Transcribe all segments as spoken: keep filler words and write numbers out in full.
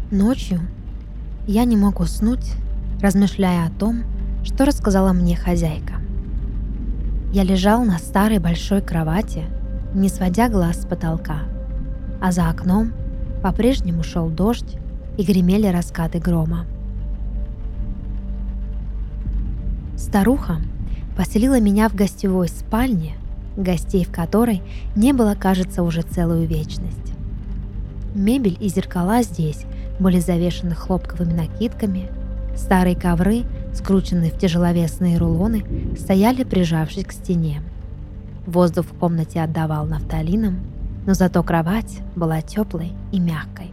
Ночью я не мог уснуть, размышляя о том, что рассказала мне хозяйка. Я лежал на старой большой кровати, не сводя глаз с потолка, а за окном по-прежнему шел дождь и гремели раскаты грома. Старуха поселила меня в гостевой спальне, гостей в которой не было, кажется, уже целую вечность. Мебель и зеркала здесь были завешаны хлопковыми накидками, старые ковры, скрученные в тяжеловесные рулоны, стояли, прижавшись к стене. Воздух в комнате отдавал нафталином, но зато кровать была теплой и мягкой.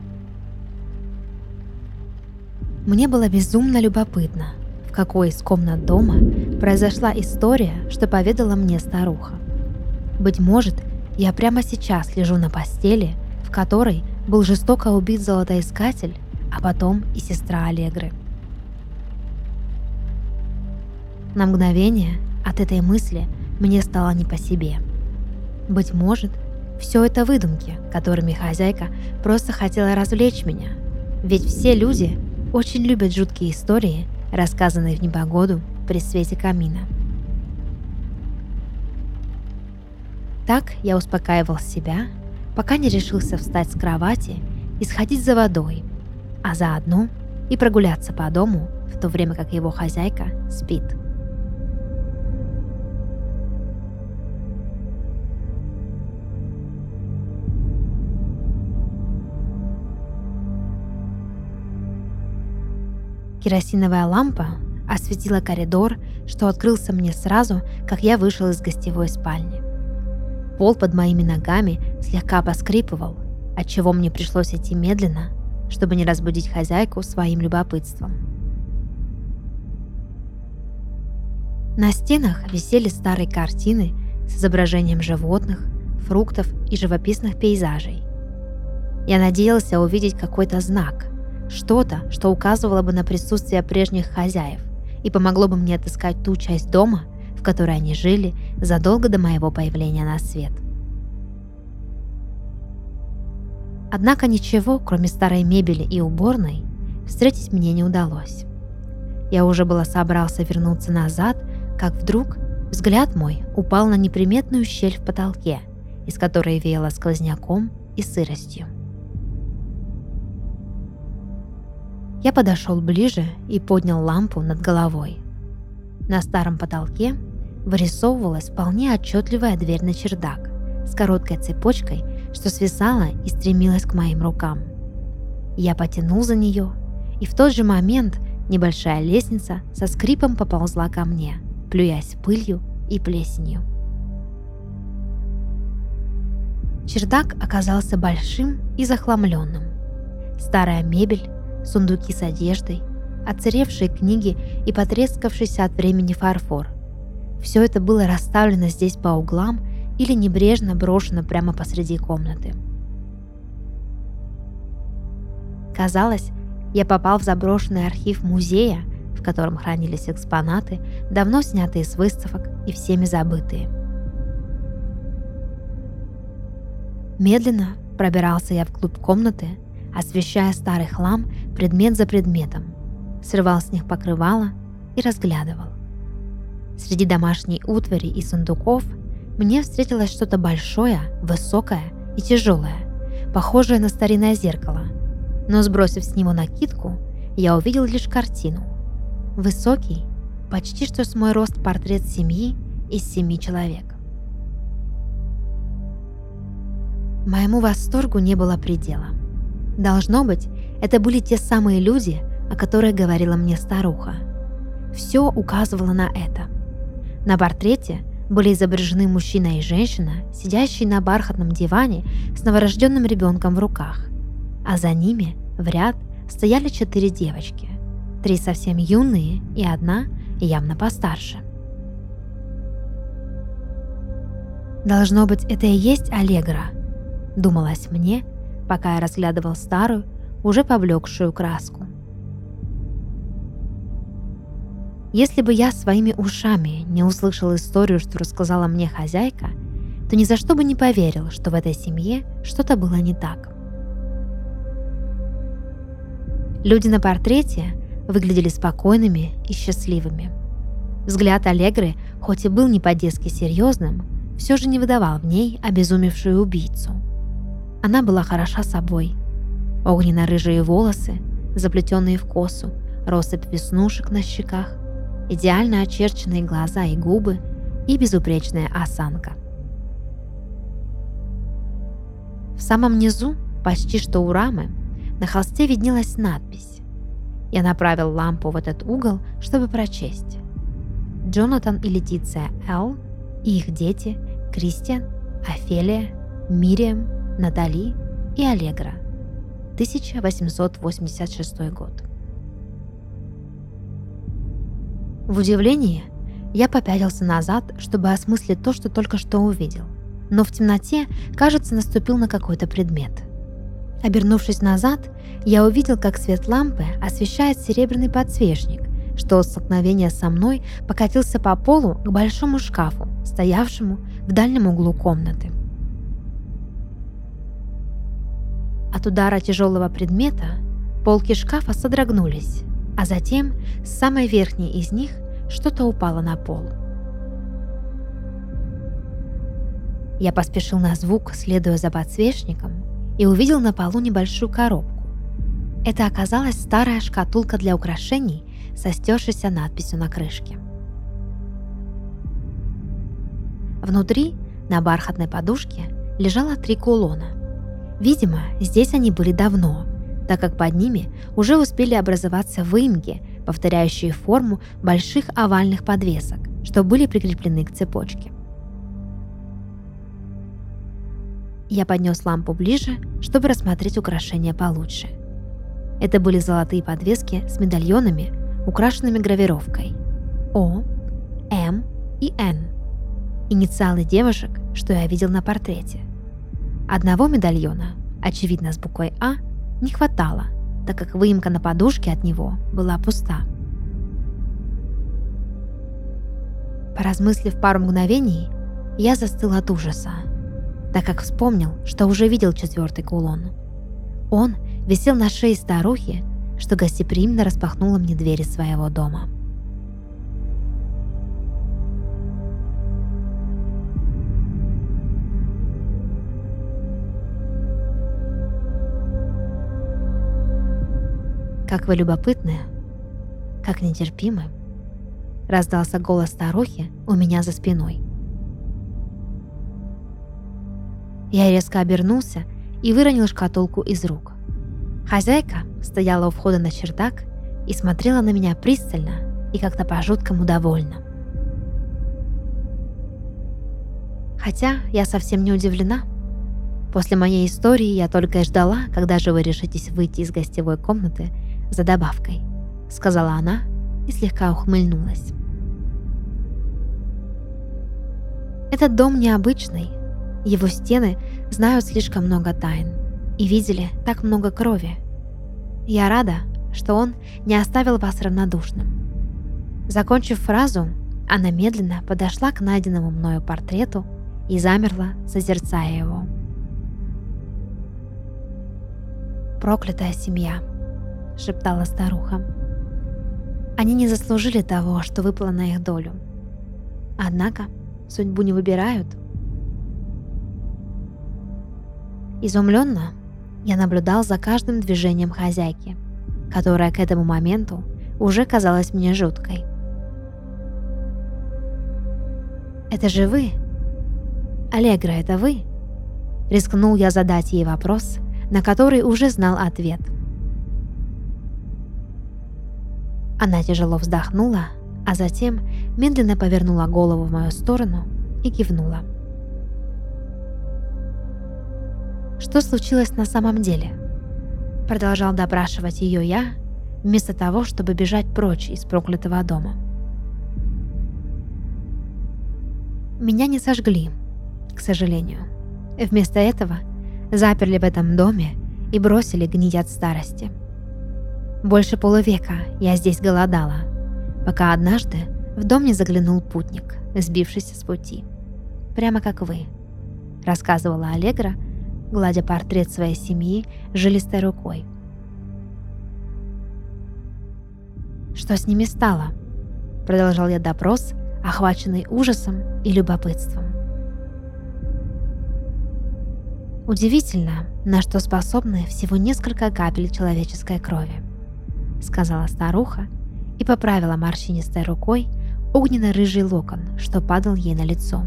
Мне было безумно любопытно, в какой из комнат дома произошла история, что поведала мне старуха. Быть может, я прямо сейчас лежу на постели, в которой был жестоко убит золотоискатель, а потом и сестра Аллегры. На мгновение от этой мысли мне стало не по себе. Быть может, все это выдумки, которыми хозяйка просто хотела развлечь меня, ведь все люди очень любят жуткие истории, рассказанные в непогоду при свете камина. Так я успокаивал себя, пока не решился встать с кровати и сходить за водой, а заодно и прогуляться по дому, в то время как его хозяйка спит. Керосиновая лампа осветила коридор, что открылся мне сразу, как я вышел из гостевой спальни. Пол под моими ногами слегка поскрипывал, отчего мне пришлось идти медленно, чтобы не разбудить хозяйку своим любопытством. На стенах висели старые картины с изображением животных, фруктов и живописных пейзажей. Я надеялся увидеть какой-то знак, что-то, что указывало бы на присутствие прежних хозяев и помогло бы мне отыскать ту часть дома, в которой они жили задолго до моего появления на свет. Однако ничего, кроме старой мебели и уборной, встретить мне не удалось. Я уже было собрался вернуться назад, как вдруг взгляд мой упал на неприметную щель в потолке, из которой веяло сквозняком и сыростью. Я подошел ближе и поднял лампу над головой. На старом потолке вырисовывалась вполне отчетливая дверь на чердак с короткой цепочкой, что свисала и стремилась к моим рукам. Я потянул за нее, и в тот же момент небольшая лестница со скрипом поползла ко мне, плюясь пылью и плесенью. Чердак оказался большим и захламленным. Старая мебель, сундуки с одеждой, отсыревшие книги и потрескавшийся от времени фарфор. Все это было расставлено здесь по углам или небрежно брошено прямо посреди комнаты. Казалось, я попал в заброшенный архив музея, в котором хранились экспонаты, давно снятые с выставок и всеми забытые. Медленно пробирался я вглубь комнаты, освещая старый хлам предмет за предметом, срывал с них покрывало и разглядывал. Среди домашней утвари и сундуков мне встретилось что-то большое, высокое и тяжелое, похожее на старинное зеркало, но, сбросив с него накидку, я увидел лишь картину. Высокий, почти что с мой рост портрет семьи из семи человек. Моему восторгу не было предела. Должно быть, это были те самые люди, о которых говорила мне старуха. Все указывало на это. На портрете были изображены мужчина и женщина, сидящие на бархатном диване с новорожденным ребенком в руках, а за ними в ряд стояли четыре девочки, три совсем юные и одна явно постарше. «Должно быть, это и есть Аллегра», — думалось мне, пока я разглядывал старую, уже поблекшую краску. Если бы я своими ушами не услышал историю, что рассказала мне хозяйка, то ни за что бы не поверил, что в этой семье что-то было не так. Люди на портрете выглядели спокойными и счастливыми. Взгляд Аллегры, хоть и был не по-детски серьезным, все же не выдавал в ней обезумевшую убийцу. Она была хороша собой. Огненно-рыжие волосы, заплетенные в косу, россыпь веснушек на щеках, идеально очерченные глаза и губы и безупречная осанка. В самом низу, почти что у рамы, на холсте виднелась надпись. Я направил лампу в этот угол, чтобы прочесть. Джонатан и Летиция Л. и их дети Кристиан, Офелия, Мириам, Натали и Аллегра. тысяча восемьсот восемьдесят шестой год. В удивлении я попятился назад, чтобы осмыслить то, что только что увидел. Но в темноте, кажется, наступил на какой-то предмет. Обернувшись назад, я увидел, как свет лампы освещает серебряный подсвечник, что от столкновения со мной покатился по полу к большому шкафу, стоявшему в дальнем углу комнаты. От удара тяжелого предмета полки шкафа содрогнулись, а затем с самой верхней из них что-то упало на пол. Я поспешил на звук, следуя за подсвечником, и увидел на полу небольшую коробку. Это оказалась старая шкатулка для украшений со стершейся надписью на крышке. Внутри, на бархатной подушке, лежало три кулона. Видимо, здесь они были давно, так как под ними уже успели образоваться выемки, повторяющие форму больших овальных подвесок, что были прикреплены к цепочке. Я поднес лампу ближе, чтобы рассмотреть украшения получше. Это были золотые подвески с медальонами, украшенными гравировкой О, М и Н. Инициалы девушек, что я видел на портрете. Одного медальона, очевидно с буквой А, не хватало, так как выемка на подушке от него была пуста. Поразмыслив пару мгновений, я застыл от ужаса, так как вспомнил, что уже видел четвертый кулон. Он висел на шее старухи, что гостеприимно распахнула мне двери своего дома. «Как вы любопытны, как нетерпимы!» — раздался голос старухи у меня за спиной. Я резко обернулся и выронил шкатулку из рук. Хозяйка стояла у входа на чердак и смотрела на меня пристально и как-то по-жуткому довольна. Хотя я совсем не удивлена. После моей истории я только и ждала, когда же вы решитесь выйти из гостевой комнаты за добавкой, сказала она и слегка ухмыльнулась. Этот дом необычный. Его стены знают слишком много тайн и видели так много крови. Я рада, что он не оставил вас равнодушным. Закончив фразу, она медленно подошла к найденному мною портрету и замерла, созерцая его. «Проклятая семья», — шептала старуха. «Они не заслужили того, что выпало на их долю. Однако судьбу не выбирают». Изумленно я наблюдал за каждым движением хозяйки, которая к этому моменту уже казалась мне жуткой. «Это же вы? Аллегра, это вы?» Рискнул я задать ей вопрос, на который уже знал ответ. Она тяжело вздохнула, а затем медленно повернула голову в мою сторону и кивнула. «Что случилось на самом деле?» Продолжал допрашивать ее я, вместо того, чтобы бежать прочь из проклятого дома. Меня не сожгли, к сожалению. Вместо этого заперли в этом доме и бросили гнить от старости. Больше полувека я здесь голодала, пока однажды в дом не заглянул путник, сбившийся с пути. Прямо как вы, рассказывала Аллегра, гладя портрет своей семьи жилистой рукой. Что с ними стало? Продолжал я допрос, охваченный ужасом и любопытством. Удивительно, на что способны всего несколько капель человеческой крови, сказала старуха и поправила морщинистой рукой огненно-рыжий локон, что падал ей на лицо.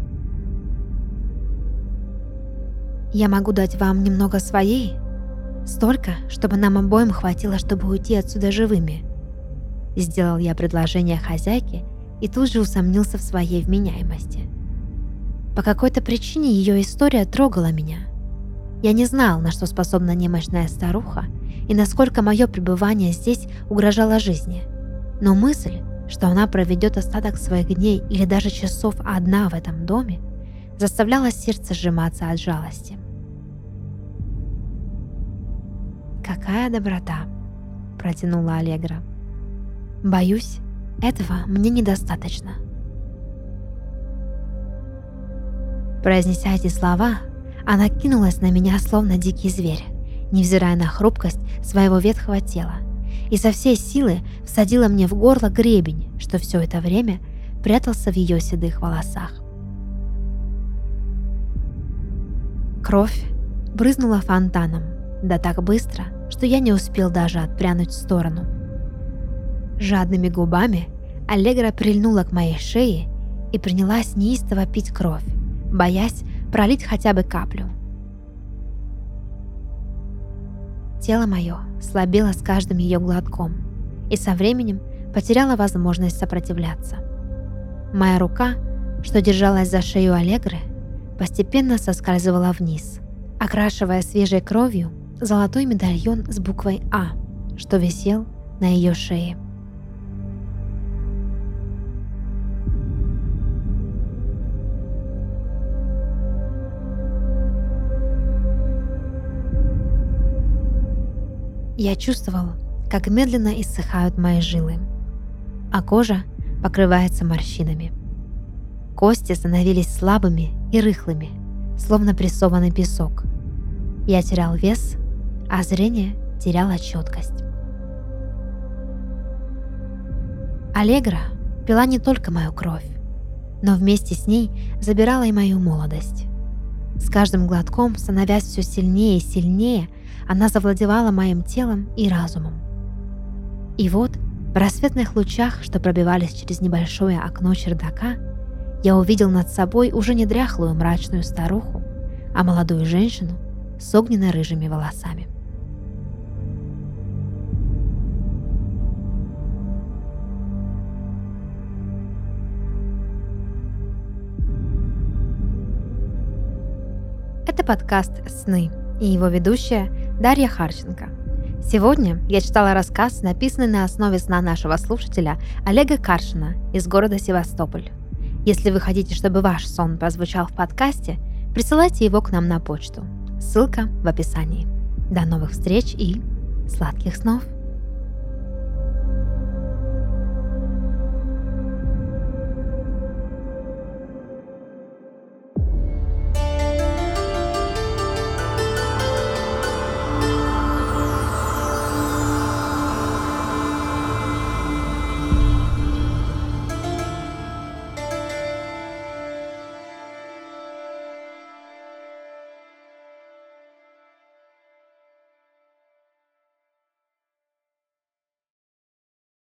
Я могу дать вам немного своей, столько, чтобы нам обоим хватило, чтобы уйти отсюда живыми. Сделал я предложение хозяйке и тут же усомнился в своей вменяемости. По какой-то причине ее история трогала меня. Я не знал, на что способна немощная старуха и насколько мое пребывание здесь угрожало жизни. Но мысль, что она проведет остаток своих дней или даже часов одна в этом доме, заставляла сердце сжиматься от жалости. «Какая доброта!» – протянула Аллегра. «Боюсь, этого мне недостаточно». Произнеся эти слова, она кинулась на меня, словно дикий зверь, невзирая на хрупкость своего ветхого тела, и со всей силы всадила мне в горло гребень, что все это время прятался в ее седых волосах. Кровь брызнула фонтаном, да так быстро, что я не успел даже отпрянуть в сторону. Жадными губами Аллегра прильнула к моей шее и принялась неистово пить кровь, боясь пролить хотя бы каплю. Тело мое слабело с каждым ее глотком и со временем потеряло возможность сопротивляться. Моя рука, что держалась за шею Аллегры, постепенно соскальзывала вниз, окрашивая свежей кровью золотой медальон с буквой «А», что висел на ее шее. Я чувствовал, как медленно иссыхают мои жилы, а кожа покрывается морщинами. Кости становились слабыми и рыхлыми, словно прессованный песок. Я терял вес, а зрение теряло четкость. Аллегра пила не только мою кровь, но вместе с ней забирала и мою молодость. С каждым глотком, становясь все сильнее и сильнее, она завладевала моим телом и разумом. И вот, в рассветных лучах, что пробивались через небольшое окно чердака, я увидел над собой уже не дряхлую мрачную старуху, а молодую женщину с огненно-рыжими волосами. Это подкаст «Сны» и его ведущая Дарья Харченко. Сегодня я читала рассказ, написанный на основе сна нашего слушателя Олега Каршина из города Севастополь. Если вы хотите, чтобы ваш сон прозвучал в подкасте, присылайте его к нам на почту. Ссылка в описании. До новых встреч и сладких снов!